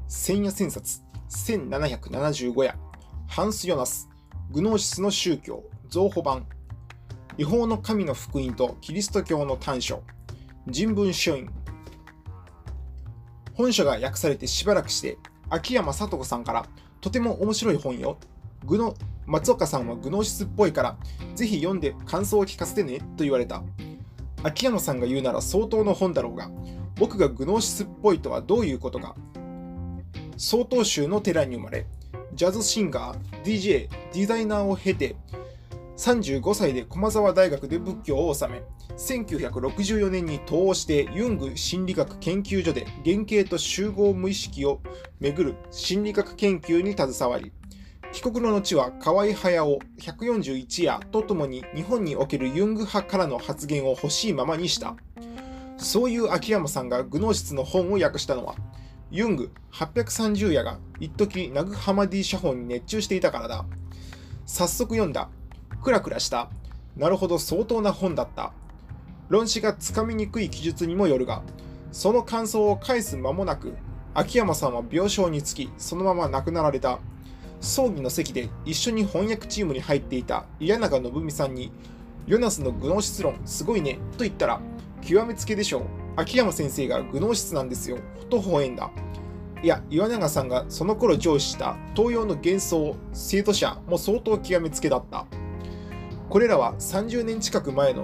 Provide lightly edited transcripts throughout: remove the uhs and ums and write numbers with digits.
千夜千冊1775夜、ハンス・ヨナス、グノーシスの宗教、増補版、違法の神の福音とキリスト教の短所、人文書院。本書が訳されてしばらくして、秋山聡子さんから、とても面白い本よ。松岡さんはグノーシスっぽいから、ぜひ読んで感想を聞かせてね、と言われた。秋山さんが言うなら相当の本だろうが、僕がグノーシスっぽいとはどういうことか。曹洞宗の寺に生まれ、ジャズシンガー、DJ、デザイナーを経て、35歳で駒澤大学で仏教を収め、1964年に投稿してユング心理学研究所で原型と集合無意識をめぐる心理学研究に携わり、帰国の後は河合駿141夜とともに日本におけるユング派からの発言を欲しいままにした。そういう秋山さんがグノーシスの本を訳したのは、ユング830夜が一時ナグハマディ写本に熱中していたからだ。早速読んだ。クラクラした。なるほど、相当な本だった。論旨がつかみにくい記述にもよるが、その感想を返す間もなく、秋山さんは病床につき、そのまま亡くなられた。葬儀の席で一緒に翻訳チームに入っていた嫌永信美さんに、ヨナスのグノーシス論すごいねと言ったら、極めつけでしょう。秋山先生がグノーシスなんですよ、と微笑んだ。いや、岩永さんがその頃上司した東洋の幻想、生徒者も相当極めつけだった。これらは30年近く前の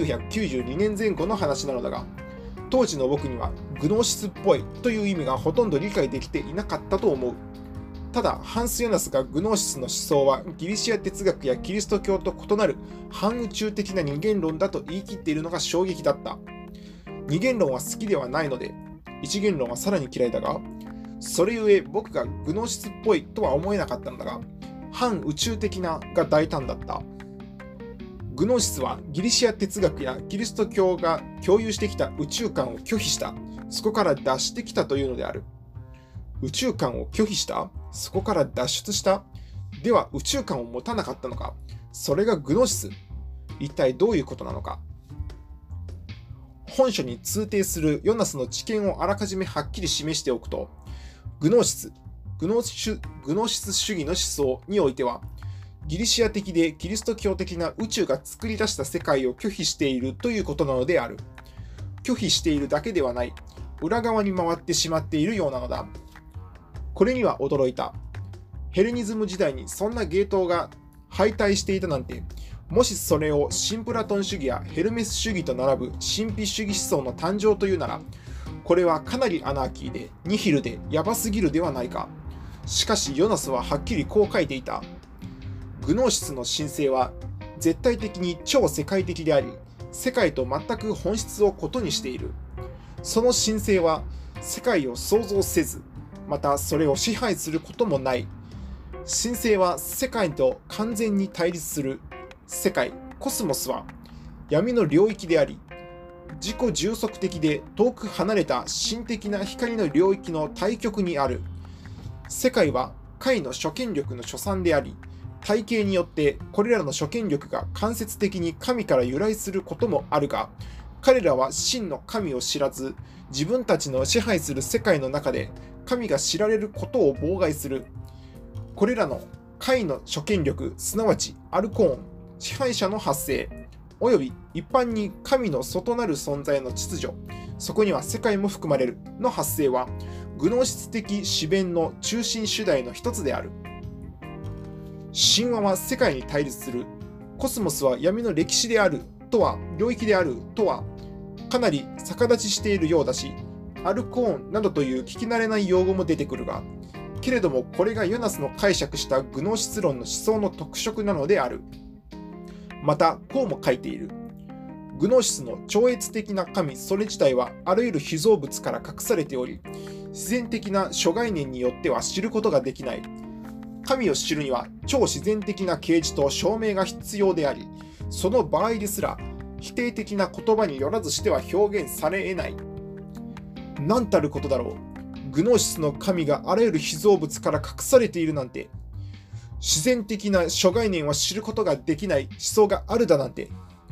1992年前後の話なのだが、当時の僕にはグノーシスっぽいという意味がほとんど理解できていなかったと思う。ただ、ハンス・ヨナスがグノーシスの思想はギリシア哲学やキリスト教と異なる反宇宙的な二元論だと言い切っているのが衝撃だった。二元論は好きではないので、一元論はさらに嫌いだが、それゆえ僕がグノーシスっぽいとは思えなかったのだが、反宇宙的なが大胆だった。グノーシスはギリシア哲学やキリスト教が共有してきた宇宙観を拒否した。そこから脱してきたというのである。宇宙観を拒否した？そこから脱出した？では宇宙観を持たなかったのか？それがグノーシス？一体どういうことなのか？本書に通底するヨナスの知見をあらかじめはっきり示しておくと、グノーシス主義の思想においては、ギリシア的でキリスト教的な宇宙が作り出した世界を拒否しているということなのである。拒否しているだけではない、裏側に回ってしまっているようなのだ。これには驚いた。ヘレニズム時代にそんなゲートが敗退していたなんて、もしそれを新プラトン主義やヘルメス主義と並ぶ神秘主義思想の誕生というなら、これはかなりアナーキーでニヒルでヤバすぎるではないか。しかしヨナスははっきりこう書いていた。グノーシスの神聖は絶対的に超世界的であり、世界と全く本質を異にしている。その神聖は世界を創造せず、またそれを支配することもない。神聖は世界と完全に対立する。世界、コスモスは闇の領域であり、自己充足的で遠く離れた神的な光の領域の対極にある。世界は界の諸権力の所産であり、体系によってこれらの諸権力が間接的に神から由来することもあるが、彼らは真の神を知らず、自分たちの支配する世界の中で神が知られることを妨害する。これらの界の諸権力、すなわちアルコーン、支配者の発生、および一般に神の外なる存在の秩序、そこには世界も含まれるの発生は、グノーシス的思辨の中心主題の一つである。神話は世界に対立する。コスモスは闇の歴史であるとは、領域であるとは、かなり逆立ちしているようだし、アルコーンなどという聞き慣れない用語も出てくるが、けれどもこれがヨナスの解釈したグノーシス論の思想の特色なのである。また、こうも書いている。グノーシスの超越的な神、それ自体はあらゆる被造物から隠されており、自然的な諸概念によっては知ることができない。神を知るには超自然的な啓示と証明が必要であり、その場合ですら否定的な言葉によらずしては表現され得ない。なんたることだろう。グノーシスの神があらゆる被造物から隠されているなんて、自然的な諸概念は知ることができない思想があるだなんて、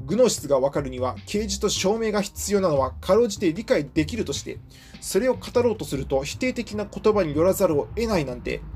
グノーシスがわかるには啓示と証明が必要なのはかろうじて理解できるとして、それを語ろうとすると否定的な言葉によらざるを得ないなんて。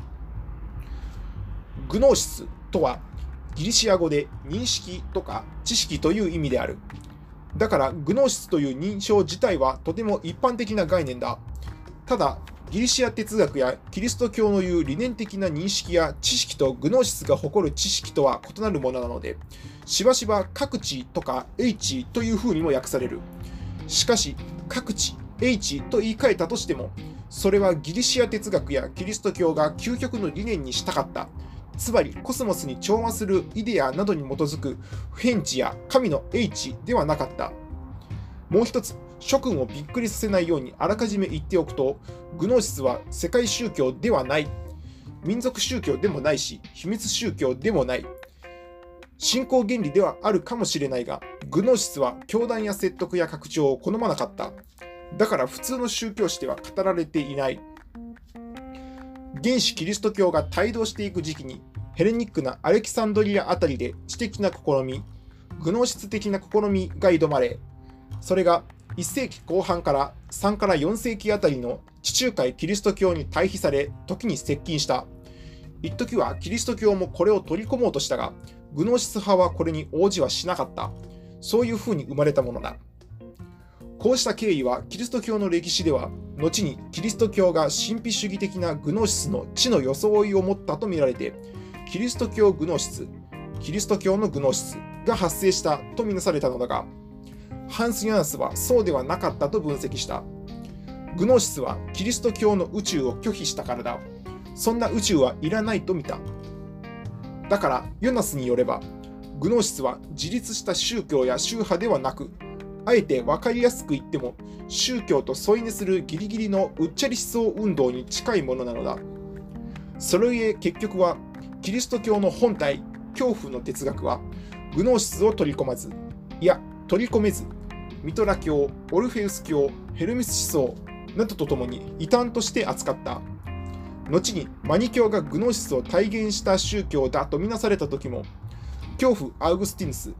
グノーシスとはギリシア語で認識とか知識という意味である。だからグノーシスという認証自体はとても一般的な概念だ。ただ、ギリシア哲学やキリスト教の言う理念的な認識や知識とグノーシスが誇る知識とは異なるものなので、しばしば各地とか H という風にも訳される。しかし、各地 H と言い換えたとしても、それはギリシア哲学やキリスト教が究極の理念にしたかった。つまりコスモスに調和するイデアなどに基づく不変地や神の H ではなかった。もう一つ、諸君をびっくりさせないようにあらかじめ言っておくと、グノーシスは世界宗教ではない。民族宗教でもないし、秘密宗教でもない。信仰原理ではあるかもしれないが、グノーシスは教団や説得や拡張を好まなかった。だから普通の宗教史では語られていない。原始キリスト教が帯同していく時期に、ヘレニックなアレキサンドリアあたりで知的な試み、グノーシス的な試みが挑まれ、それが1世紀後半から3から4世紀あたりの地中海キリスト教に対比され、時に接近した。一時はキリスト教もこれを取り込もうとしたが、グノーシス派はこれに応じはしなかった。そういう風に生まれたものだ。こうした経緯はキリスト教の歴史では、後にキリスト教が神秘主義的なグノーシスの知の装いを持ったとみられて、キリスト教グノーシス、キリスト教のグノーシスが発生したとみなされたのだが、ハンス・ヤンスはそうではなかったと分析した。グノーシスはキリスト教の宇宙を拒否したからだ。そんな宇宙はいらないと見た。だから、ヨナスによれば、グノーシスは自立した宗教や宗派ではなく、あえて分かりやすく言っても、宗教と添い寝するギリギリのうっちゃり思想運動に近いものなのだ。それゆえ結局は、キリスト教の本体、恐怖の哲学は、グノーシスを取り込まず、いや、取り込めず、ミトラ教、オルフェウス教、ヘルメス思想などとともに異端として扱った。後にマニ教がグノーシスを体現した宗教だとみなされた時も、恐怖アウグスティヌス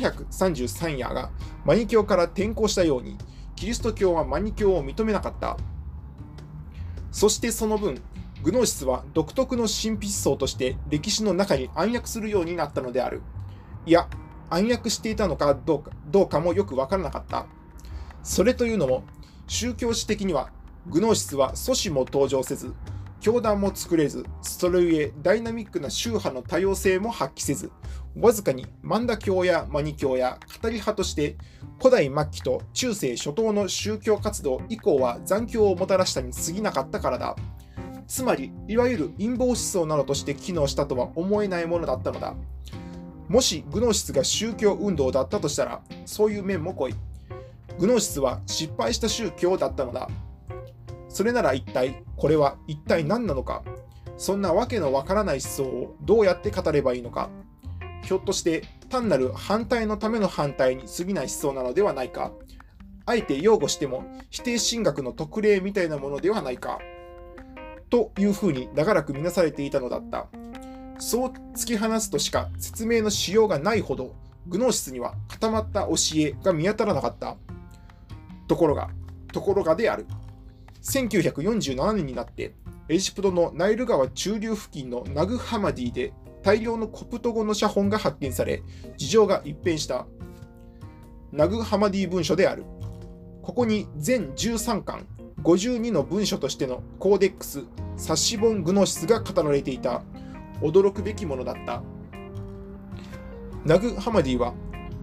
733夜がマニ教から転向したように、キリスト教はマニ教を認めなかった。そしてその分、グノーシスは独特の神秘思想として歴史の中に暗躍するようになったのである。いや、暗躍していたのかどうかもよくわからなかった。それというのも、宗教史的には、グノーシスは祖師も登場せず、教団も作れず、それゆえダイナミックな宗派の多様性も発揮せず、わずかにマンダ教やマニ教やカタリ派として、古代末期と中世初頭の宗教活動以降は残響をもたらしたに過ぎなかったからだ。つまり、いわゆる陰謀思想などとして機能したとは思えないものだったのだ。もしグノーシスが宗教運動だったとしたら、そういう面も濃い。グノーシスは失敗した宗教だったのだ。それならこれは一体何なのか。そんなわけのわからない思想をどうやって語ればいいのか。ひょっとして単なる反対のための反対に過ぎない思想なのではないか。あえて擁護しても否定神学の特例みたいなものではないか。というふうに長らく見なされていたのだった。そう突き放すとしか説明のしようがないほど、グノーシスには固まった教えが見当たらなかった。ところがである。1947年になって、エジプトのナイル川中流付近のナグハマディで大量のコプト語の写本が発見され、事情が一変した。ナグハマディ文書である。ここに全13巻、52の文書としてのコーデックス、サッシボン・グノーシスが語られていた。驚くべきものだった。ナグハマディは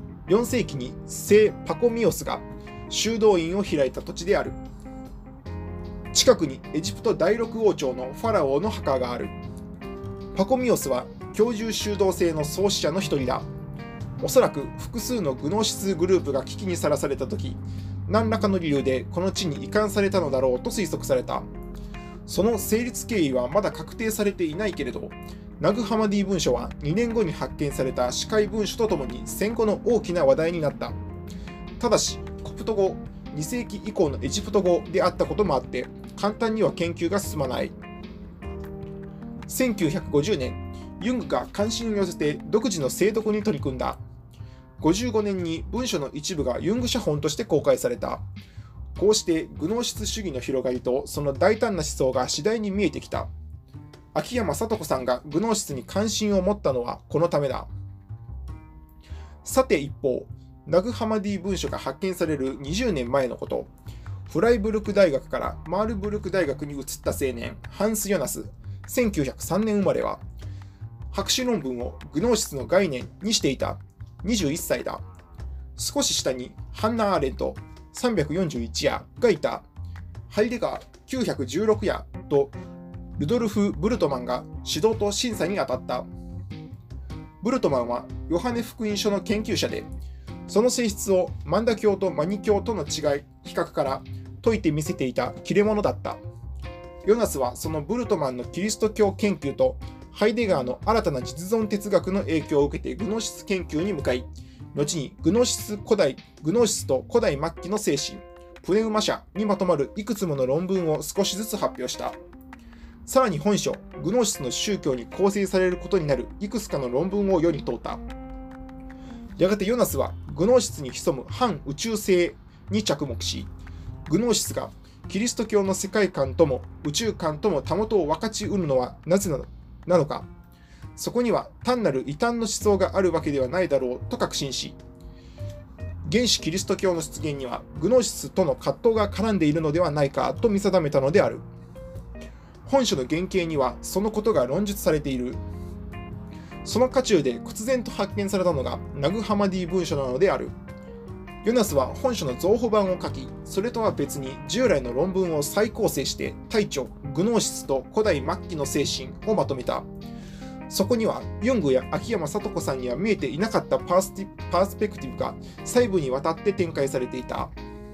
4世紀に聖パコミオスが修道院を開いた土地である。近くにエジプト第6王朝のファラオの墓がある。パコミオスは教獣修道制の創始者の一人だ。おそらく複数のグノーシスグループが危機にさらされたとき、何らかの理由でこの地に移管されたのだろうと推測された。その成立経緯はまだ確定されていないけれど、ナグハマディ文書は2年後に発見された司会文書とともに戦後の大きな話題になった。ただし、コプト語、2世紀以降のエジプト語であったこともあって、簡単には研究が進まない。1950年、ユングが関心を寄せて独自の精読に取り組んだ。 55年に文書の一部がユング写本として公開された。こうしてグノーシス主義の広がりとその大胆な思想が次第に見えてきた。秋山聡子さんがグノーシスに関心を持ったのはこのためだ。さて一方、ナグハマディ文書が発見される20年前のこと、フライブルク大学からマールブルク大学に移った青年、ハンス・ヨナス、1903年生まれは、博士論文をグノーシスの概念にしていた21歳だ。少し下にハンナ・アーレント341夜がいた。ハイデガー916夜とルドルフ・ブルトマンが指導と審査に当たった。ブルトマンはヨハネ福音書の研究者で、その性質をマンダ教とマニ教との違い、比較から解いてみせていた切れ者だった。ヨナスはそのブルトマンのキリスト教研究とハイデガーの新たな実存哲学の影響を受けてグノーシス研究に向かい、後にグノーシスと古代末期の精神、プネウマ社にまとまるいくつもの論文を少しずつ発表した。さらに本書、グノーシスの宗教に構成されることになるいくつかの論文を世に問うた。やがてヨナスはグノーシスに潜む反宇宙性に着目し、グノーシスがキリスト教の世界観とも宇宙観ともたもとを分かち得るのはなぜなのか、そこには単なる異端の思想があるわけではないだろうと確信し、原始キリスト教の出現にはグノーシスとの葛藤が絡んでいるのではないかと見定めたのである。本書の原型にはそのことが論述されている。その渦中で忽然と発見されたのがナグハマディ文書なのである。ヨナスは本書の増補版を書き、それとは別に従来の論文を再構成して大著グノーシスと古代末期の精神をまとめた。そこにはユングや秋山聡子さんには見えていなかったパースペクティブが細部にわたって展開されていた。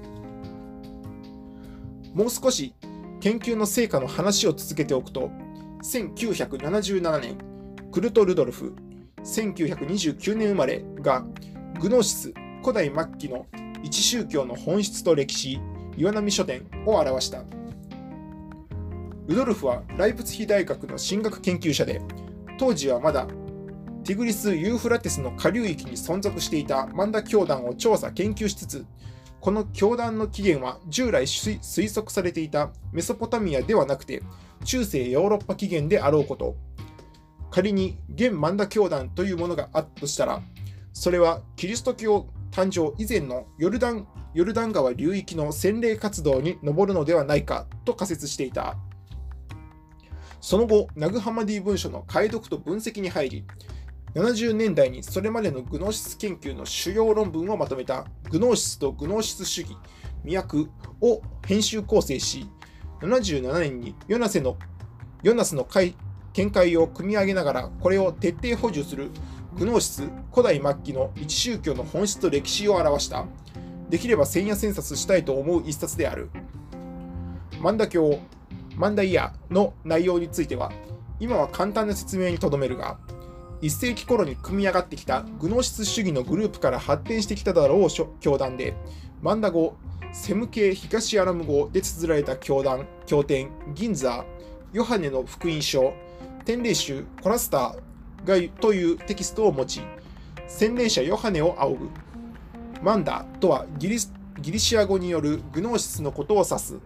もう少し研究の成果の話を続けておくと、1977年、クルト・ルドルフ、1929年生まれがグノーシス古代末期の一宗教の本質と歴史、岩波書店を表した。ルドルフはライプツヒ大学の神学研究者で、当時はまだティグリス・ユーフラテスの下流域に存続していたマンダ教団を調査研究しつつ、この教団の起源は従来推測されていたメソポタミアではなくて中世ヨーロッパ起源であろうこと、仮に現マンダ教団というものがあったとしたら、それはキリスト教誕生以前のヨルダン川流域の洗礼活動に上るのではないかと仮説していた。その後、ナグハマディ文書の解読と分析に入り、70年代にそれまでのグノーシス研究の主要論文をまとめたグノーシスとグノーシス主義、魅惑を編集構成し、77年にヨナスの見解を組み上げながらこれを徹底補充するグノーシス古代末期の一宗教の本質と歴史を表した。できれば千夜千冊したいと思う一冊である。マンダイヤの内容については、今は簡単な説明にとどめるが、1世紀頃に組み上がってきたグノーシス主義のグループから発展してきただろう教団で、マンダ語、セム系東アラム語で綴られた経典、ギンザー、ヨハネの福音書、典礼集、コラスターというテキストを持ち、洗礼者ヨハネを仰ぐ。マンダとはギリシア語によるグノーシスのことを指す。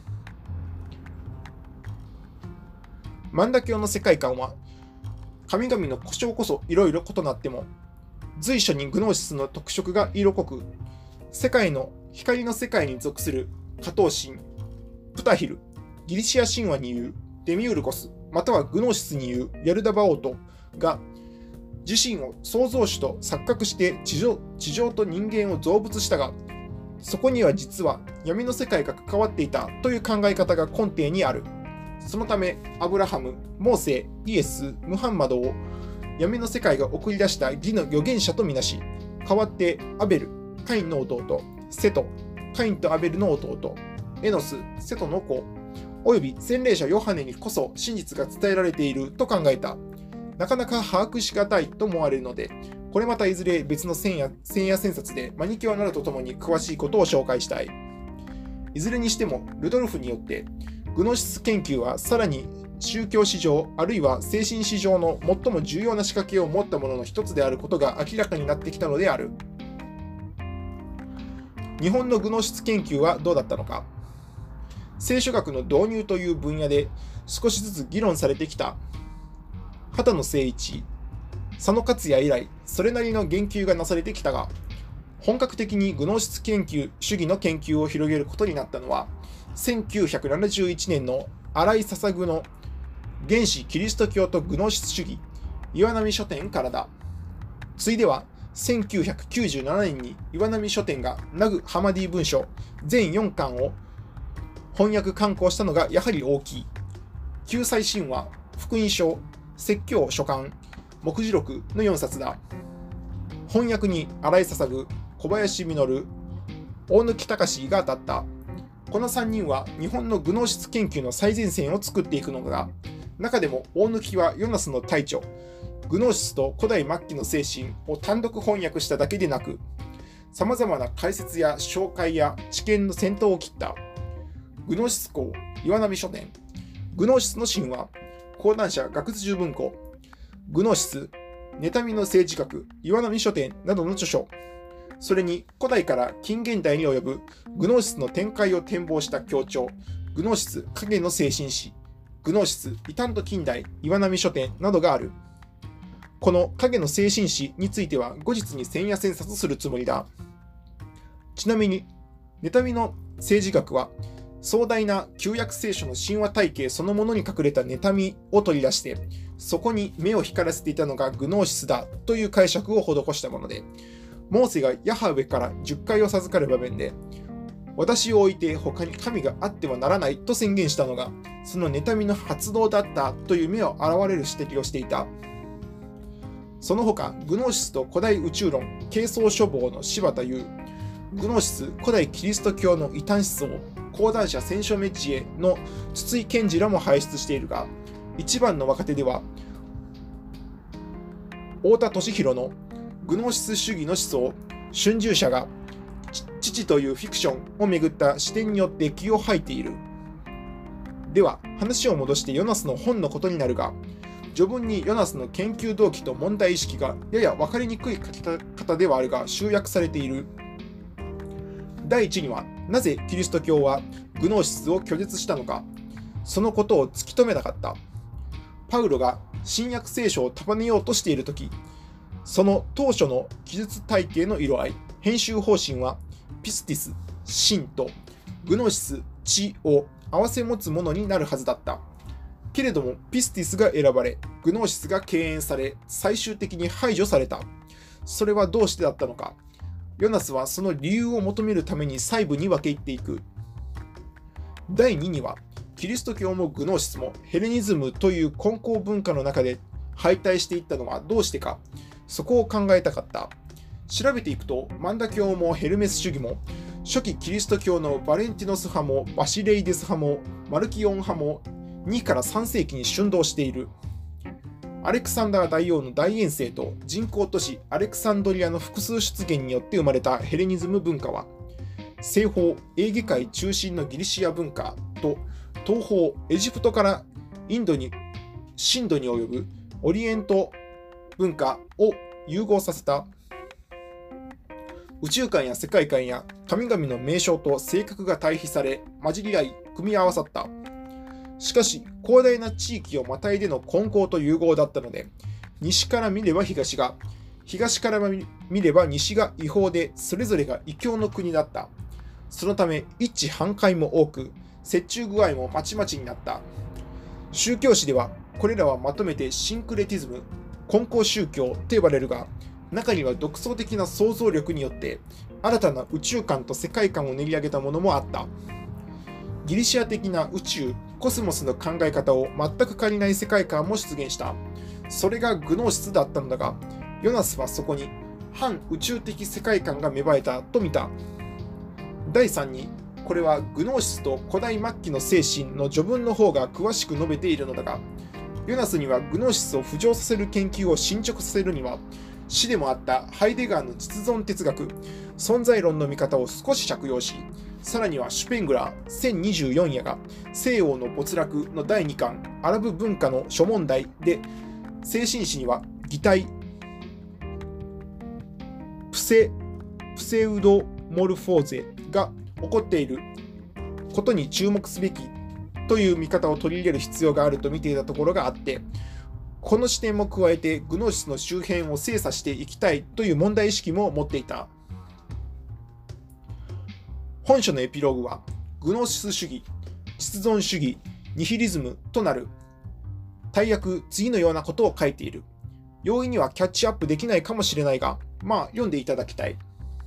マンダ教の世界観は、神々の呼称こそいろいろ異なっても、随所にグノーシスの特色が色濃く、光の世界に属する下等神、プタヒル、ギリシア神話に言うデミウルコス、またはグノーシスに言うヤルダバオートが、自身を創造主と錯覚して地上と人間を造物したが、そこには実は闇の世界が関わっていたという考え方が根底にある。そのため、アブラハム、モーセ、イエス、ムハンマドを闇の世界が送り出した義の預言者とみなし、代わってアベル、カインの弟、セト、カインとアベルの弟、エノス、セトの子、および洗礼者ヨハネにこそ真実が伝えられていると考えた。なかなか把握しがたいと思われるので、これまたいずれ別の千夜千冊でマニキュアなどとともに詳しいことを紹介したい。いずれにしても、ルドルフによって、グノシス研究はさらに宗教史上あるいは精神史上の最も重要な仕掛けを持ったものの一つであることが明らかになってきたのである。 日本のグノシス研究はどうだったのか。聖書学の導入という分野で少しずつ議論されてきた畑野誠一、佐野勝也以来、それなりの言及がなされてきたが、本格的にグノシス研究主義の研究を広げることになったのは、1971年の新井笹具の原始キリスト教とグノシス主義、岩波書店からだ。ついでは、1997年に岩波書店がナグ・ハマディ文書全4巻を翻訳刊行したのがやはり大きい。救済神話、福音書、説教書簡、目次録の4冊だ。翻訳に新井笹具、小林実、大貫隆が当たった。この3人は日本のグノーシス研究の最前線を作っていくのだが、中でも大貫はヨナスの大著、グノーシスと古代末期の精神を単独翻訳しただけでなく、様々な解説や紹介や知見の先頭を切った。グノーシス講、岩波書店、グノーシスの神話、講談社学術文庫、グノーシス、妬みの政治学、岩波書店などの著書、それに古代から近現代に及ぶグノーシスの展開を展望した強調、グノーシス影の精神史、グノーシス異端と近代、岩波書店などがある。この影の精神史については後日に千夜千冊するつもりだ。ちなみに、妬みの政治学は、壮大な旧約聖書の神話体系そのものに隠れた妬みを取り出して、そこに目を光らせていたのがグノーシスだという解釈を施したもので、モーセがヤハウェから10回を授かる場面で、私を置いて他に神があってはならないと宣言したのが、その妬みの発動だったという目を現れる指摘をしていた。その他、グノーシスと古代宇宙論、軽装書房の柴田優、グノーシス古代キリスト教の異端思想、講談社千書メチエの筒井健二らも輩出しているが、一番の若手では、太田俊弘のグノーシス主義の思想、春秋社が、父というフィクションをめぐった視点によって気を吐いている。では、話を戻してヨナスの本のことになるが、序文にヨナスの研究動機と問題意識がやや分かりにくい書き方ではあるが集約されている。第一には、なぜキリスト教はグノーシスを拒絶したのか、そのことを突き止めなかった。パウロが新約聖書を束ねようとしているとき、その当初の記述体系の色合い、編集方針は、ピスティス、神とグノーシス、知を併せ持つものになるはずだった。けれども、ピスティスが選ばれ、グノーシスが敬遠され、最終的に排除された。それはどうしてだったのか。ヨナスはその理由を求めるために細部に分け入っていく。第2には、キリスト教もグノーシスもヘレニズムという根高文化の中で敗退していったのはどうしてか、そこを考えたかった。調べていくと、マンダ教もヘルメス主義も、初期キリスト教のバレンティノス派もバシレイデス派もマルキオン派も2から3世紀に春動している。アレクサンダー大王の大遠征と人工都市アレクサンドリアの複数出現によって生まれたヘレニズム文化は、西方エーゲ海中心のギリシア文化と東方エジプトからインドに深度に及ぶオリエント文化を融合させた。宇宙観や世界観や神々の名称と性格が対比され混じり合い組み合わさった。しかし広大な地域をまたいでの混交と融合だったので、西から見れば東が、東から見れば西が違法で、それぞれが異教の国だった。そのため一致反対も多く、折衷具合もまちまちになった。宗教史ではこれらはまとめてシンクレティズム、混交宗教と呼ばれるが、中には独創的な想像力によって新たな宇宙観と世界観を練り上げたものもあった。ギリシア的な宇宙、コスモスの考え方を全く借りない世界観も出現した。それがグノーシスだったのだが、ヨナスはそこに反宇宙的世界観が芽生えたと見た。第3に、これはグノーシスと古代末期の精神の序文の方が詳しく述べているのだが、ヨナスにはグノーシスを浮上させる研究を進捗させるには、師でもあったハイデガーの実存哲学、存在論の見方を少し借用し、さらにはシュペングラー1024夜が西洋の没落の第2巻アラブ文化の諸問題で、精神史には擬態、プセウドモルフォーゼが起こっていることに注目すべきという見方を取り入れる必要があると見ていたところがあって、この視点も加えてグノシスの周辺を精査していきたいという問題意識も持っていた。本書のエピローグは、グノシス主義、実存主義、ニヒリズムとなる。大役、次のようなことを書いている。容易にはキャッチアップできないかもしれないが、読んでいただきたい。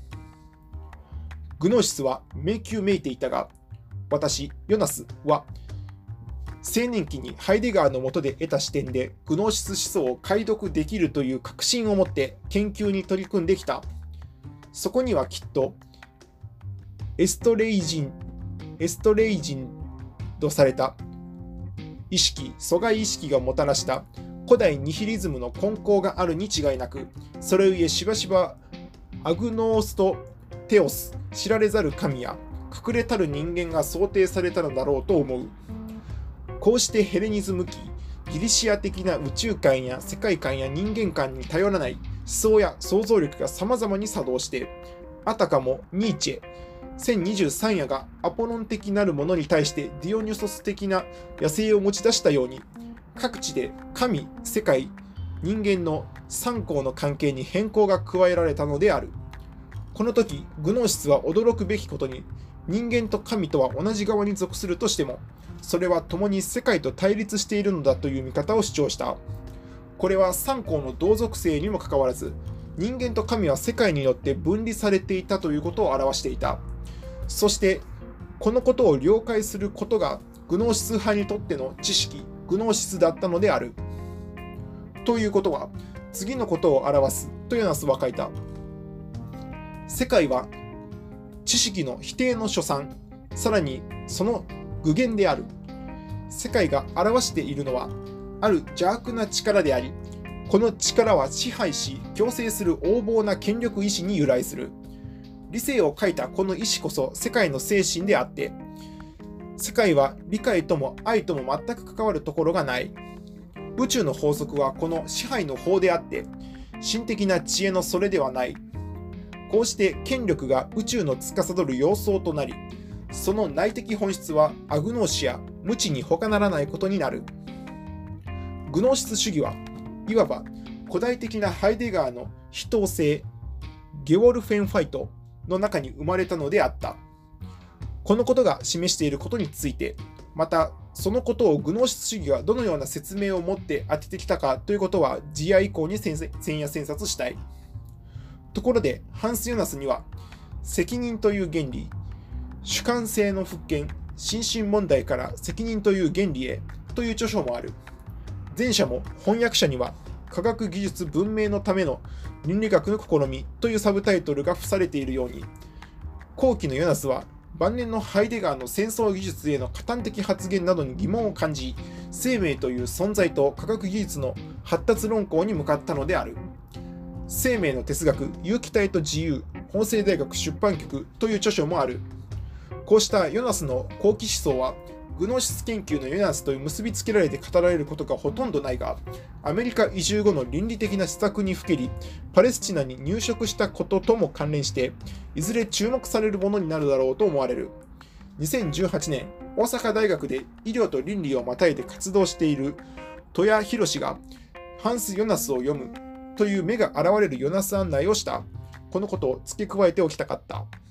グノシスは迷宮めいていたが、私、ヨナスは、青年期にハイデガーの下で得た視点でグノシス思想を解読できるという確信を持って研究に取り組んできた。そこにはきっとエストレイジンとされた意識、阻害意識がもたらした古代ニヒリズムの根幹があるに違いなく、それゆえしばしばアグノーストテオス、知られざる神や隠れたる人間が想定されたのだろうと思う。こうしてヘレニズム期、ギリシア的な宇宙観や世界観や人間観に頼らない思想や想像力が様々に作動して、あたかもニーチェ、1023夜がアポロン的なるものに対してディオニュソス的な野生を持ち出したように、各地で神、世界、人間の三項の関係に変更が加えられたのである。この時、グノーシスは驚くべきことに、人間と神とは同じ側に属するとしても、それは共に世界と対立しているのだという見方を主張した。これは三項の同属性にもかかわらず、人間と神は世界によって分離されていたということを表していた。そして、このことを了解することがグノーシス派にとっての知識、グノーシスだったのである。ということは、次のことを表すとヨナスは書いた。世界は知識の否定の所産、さらにその具現である。世界が表しているのは、ある邪悪な力であり、この力は支配し、強制する横暴な権力意志に由来する。理性を欠いたこの意志こそ世界の精神であって、世界は理解とも愛とも全く関わるところがない。宇宙の法則はこの支配の法であって、神的な知恵のそれではない。こうして権力が宇宙の司る要素となり、その内的本質はアグノーシア、無知に他ならないことになる。グノーシス主義はいわば古代的なハイデガーの非統性、ゲウォルフェンファイトの中に生まれたのであった。このことが示していることについて、またそのことをグノーシス主義がどのような説明を持って当ててきたかということは次夜以降に千夜千冊したい。ところでハンス・ヨナスには責任という原理、主観性の復権、心身問題から責任という原理へという著書もある。前者も翻訳者には科学技術文明のための倫理学の試みというサブタイトルが付されているように、後期のヨナスは晩年のハイデガーの戦争技術への加担的発言などに疑問を感じ、生命という存在と科学技術の発達論考に向かったのである。生命の哲学、有機体と自由、法政大学出版局という著書もある。こうしたヨナスの後期思想は、グノーシス研究のヨナスと結びつけられて語られることがほとんどないが、アメリカ移住後の倫理的な施策にふけり、パレスチナに入植したこととも関連して、いずれ注目されるものになるだろうと思われる。2018年、大阪大学で医療と倫理をまたいで活動している戸谷博が、ハンス・ヨナスを読むという目が現れるヨナス案内をした。このことを付け加えておきたかった。